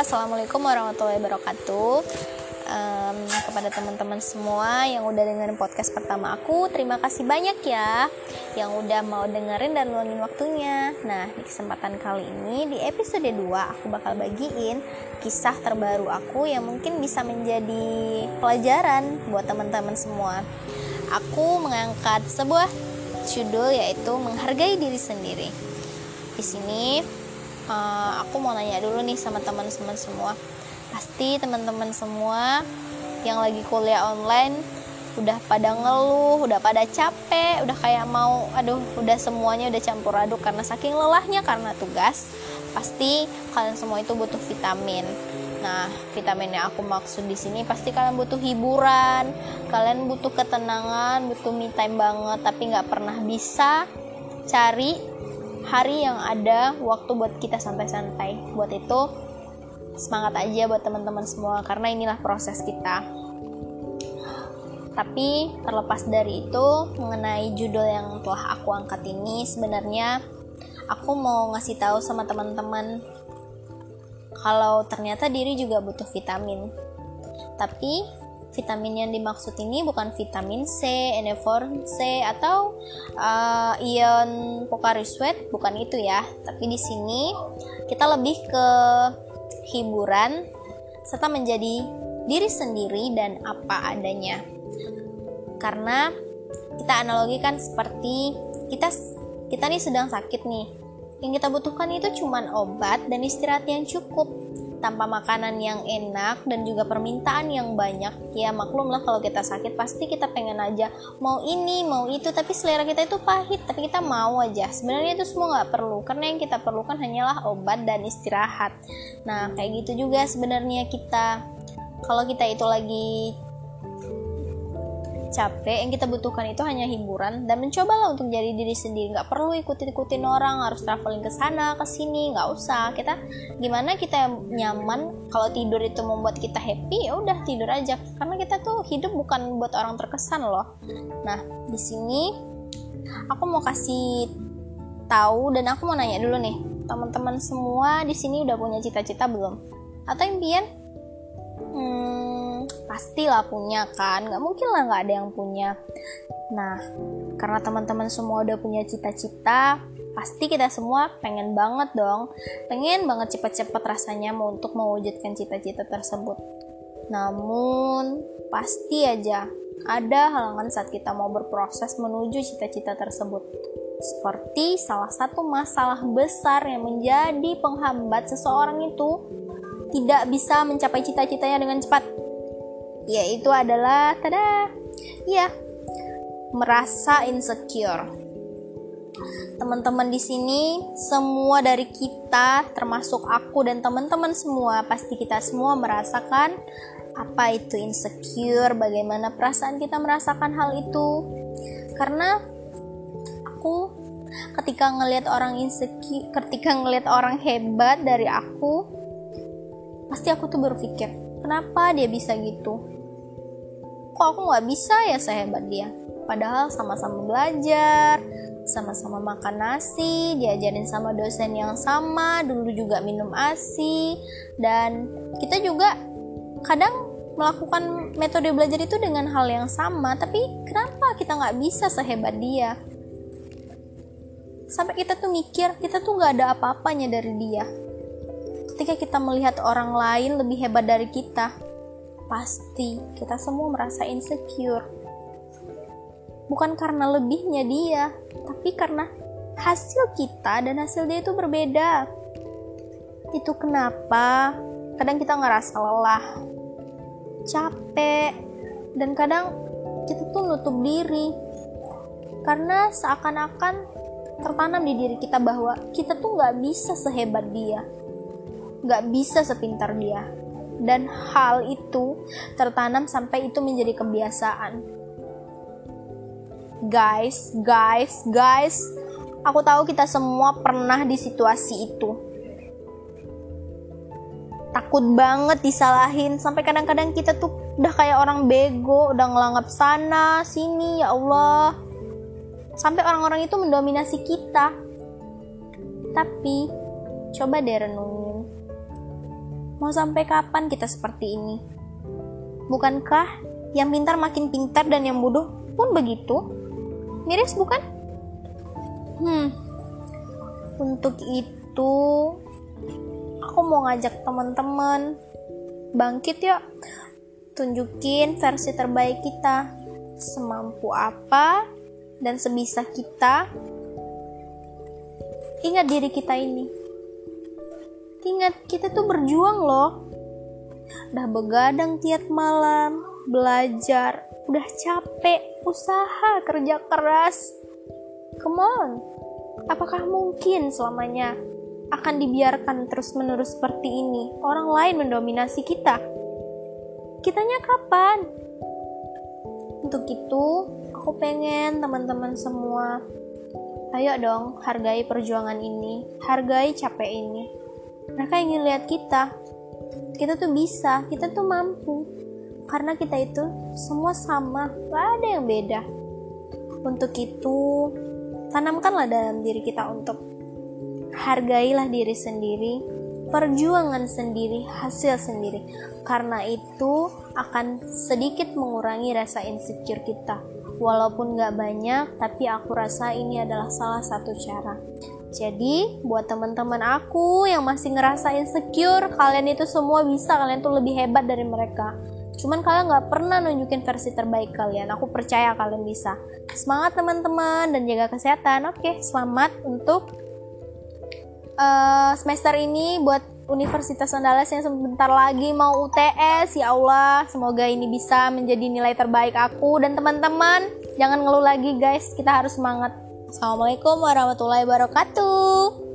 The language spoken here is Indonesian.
Assalamualaikum warahmatullahi wabarakatuh. Kepada teman-teman semua yang udah dengerin podcast pertama aku, terima kasih banyak ya yang udah mau dengerin dan luangin waktunya. Nah, di kesempatan kali ini di episode 2 aku bakal bagiin kisah terbaru aku yang mungkin bisa menjadi pelajaran buat teman-teman semua. Aku mengangkat sebuah judul yaitu menghargai diri sendiri. Di sini aku mau nanya dulu nih sama teman-teman semua. Pasti teman-teman semua yang lagi kuliah online udah pada ngeluh, udah pada capek, udah kayak mau udah semuanya udah campur aduk karena saking lelahnya karena tugas. Pasti kalian semua itu butuh vitamin. Nah, vitamin yang aku maksud di sini pasti kalian butuh hiburan, kalian butuh ketenangan, butuh me time banget, tapi nggak pernah bisa cari hari yang ada waktu buat kita santai-santai. Buat itu semangat aja buat teman-teman semua, karena inilah proses kita. Tapi terlepas dari itu, mengenai judul yang telah aku angkat ini, sebenarnya aku mau ngasih tahu sama teman-teman kalau ternyata diri juga butuh vitamin. Tapi vitamin yang dimaksud ini bukan vitamin C, N4C atau ion Pocari Sweat, bukan itu ya. Tapi di sini kita lebih ke hiburan serta menjadi diri sendiri dan apa adanya. Karena kita analogikan seperti kita nih sedang sakit nih. Yang kita butuhkan itu cuman obat dan istirahat yang cukup, tanpa makanan yang enak dan juga permintaan yang banyak. Ya maklum lah, kalau kita sakit pasti kita pengen aja mau ini mau itu, tapi selera kita itu pahit, tapi kita mau aja. Sebenarnya itu semua nggak perlu, karena yang kita perlukan hanyalah obat dan istirahat. Nah, kayak gitu juga sebenarnya kita, kalau kita itu lagi capek, yang kita butuhkan itu hanya hiburan dan mencobalah untuk jadi diri sendiri. Nggak perlu ikutin orang, harus traveling ke sana ke sini, nggak usah. Kita gimana kita nyaman, kalau tidur itu membuat kita happy, ya udah tidur aja, karena kita tuh hidup bukan buat orang terkesan loh. Nah, di sini aku mau kasih tahu dan aku mau nanya dulu nih, teman-teman semua di sini udah punya cita-cita belum? Atau impian? Pastilah punya kan, nggak mungkin lah nggak ada yang punya. Nah, karena teman-teman semua udah punya cita-cita, pasti kita semua pengen banget cepet-cepet rasanya untuk mewujudkan cita-cita tersebut. Namun pasti aja ada halangan saat kita mau berproses menuju cita-cita tersebut. Seperti salah satu masalah besar yang menjadi penghambat seseorang itu tidak bisa mencapai cita-citanya dengan cepat, yaitu adalah merasa insecure. Teman-teman di sini, semua dari kita, termasuk aku dan teman-teman semua, pasti kita semua merasakan apa itu insecure, bagaimana perasaan kita merasakan hal itu. Karena aku ketika ngelihat orang insecure, ketika ngelihat orang hebat dari aku, pasti aku tuh berpikir, kenapa dia bisa gitu? Kok aku gak bisa ya sehebat dia? Padahal sama-sama belajar, sama-sama makan nasi, diajarin sama dosen yang sama, dulu juga minum ASI, dan kita juga kadang melakukan metode belajar itu dengan hal yang sama, tapi kenapa kita gak bisa sehebat dia? Sampai kita tuh mikir, kita tuh gak ada apa-apanya dari dia. Ketika kita melihat orang lain lebih hebat dari kita, pasti kita semua merasa insecure. Bukan karena lebihnya dia, tapi karena hasil kita dan hasil dia itu berbeda. Itu kenapa kadang kita ngerasa lelah, capek, dan kadang kita tuh nutup diri. Karena seakan-akan tertanam di diri kita bahwa kita tuh gak bisa sehebat dia, gak bisa sepintar dia. Dan hal itu tertanam sampai itu menjadi kebiasaan. Guys, aku tahu kita semua pernah di situasi itu. Takut banget disalahin, sampai kadang-kadang kita tuh udah kayak orang bego, udah ngelangap sana sini, ya Allah. Sampai orang-orang itu mendominasi kita. Tapi coba deh renungin, Mau sampai kapan kita seperti ini? Bukankah yang pintar makin pintar dan yang bodoh pun begitu? Miris bukan? Untuk itu aku mau ngajak teman-teman bangkit yuk. Tunjukin versi terbaik kita. Semampu apa dan sebisa kita. Ingat diri kita ini. Ingat, kita tuh berjuang loh. Udah begadang tiap malam, belajar, udah capek, usaha, kerja keras. Come on. Apakah mungkin selamanya akan dibiarkan terus-menerus seperti ini? Orang lain mendominasi kita. Kitanya kapan? Untuk itu, aku pengen teman-teman semua, ayo dong hargai perjuangan ini, hargai capek ini. Mereka ingin lihat kita tuh bisa, kita tuh mampu. Karena kita itu semua sama, gak ada yang beda. Untuk itu, tanamkanlah dalam diri kita untuk hargailah diri sendiri, perjuangan sendiri, hasil sendiri. Karena itu akan sedikit mengurangi rasa insecure kita. Walaupun gak banyak, tapi aku rasa ini adalah salah satu cara. Jadi, buat teman-teman aku yang masih ngerasa insecure, kalian itu semua bisa, kalian tuh lebih hebat dari mereka. Cuman kalian gak pernah nunjukin versi terbaik kalian. Aku percaya kalian bisa. Semangat teman-teman dan jaga kesehatan. Oke, selamat untuk semester ini buat Universitas Andalas yang sebentar lagi mau UTS. Ya Allah, semoga ini bisa menjadi nilai terbaik aku dan teman-teman. Jangan ngeluh lagi guys, kita harus semangat. Assalamualaikum warahmatullahi wabarakatuh.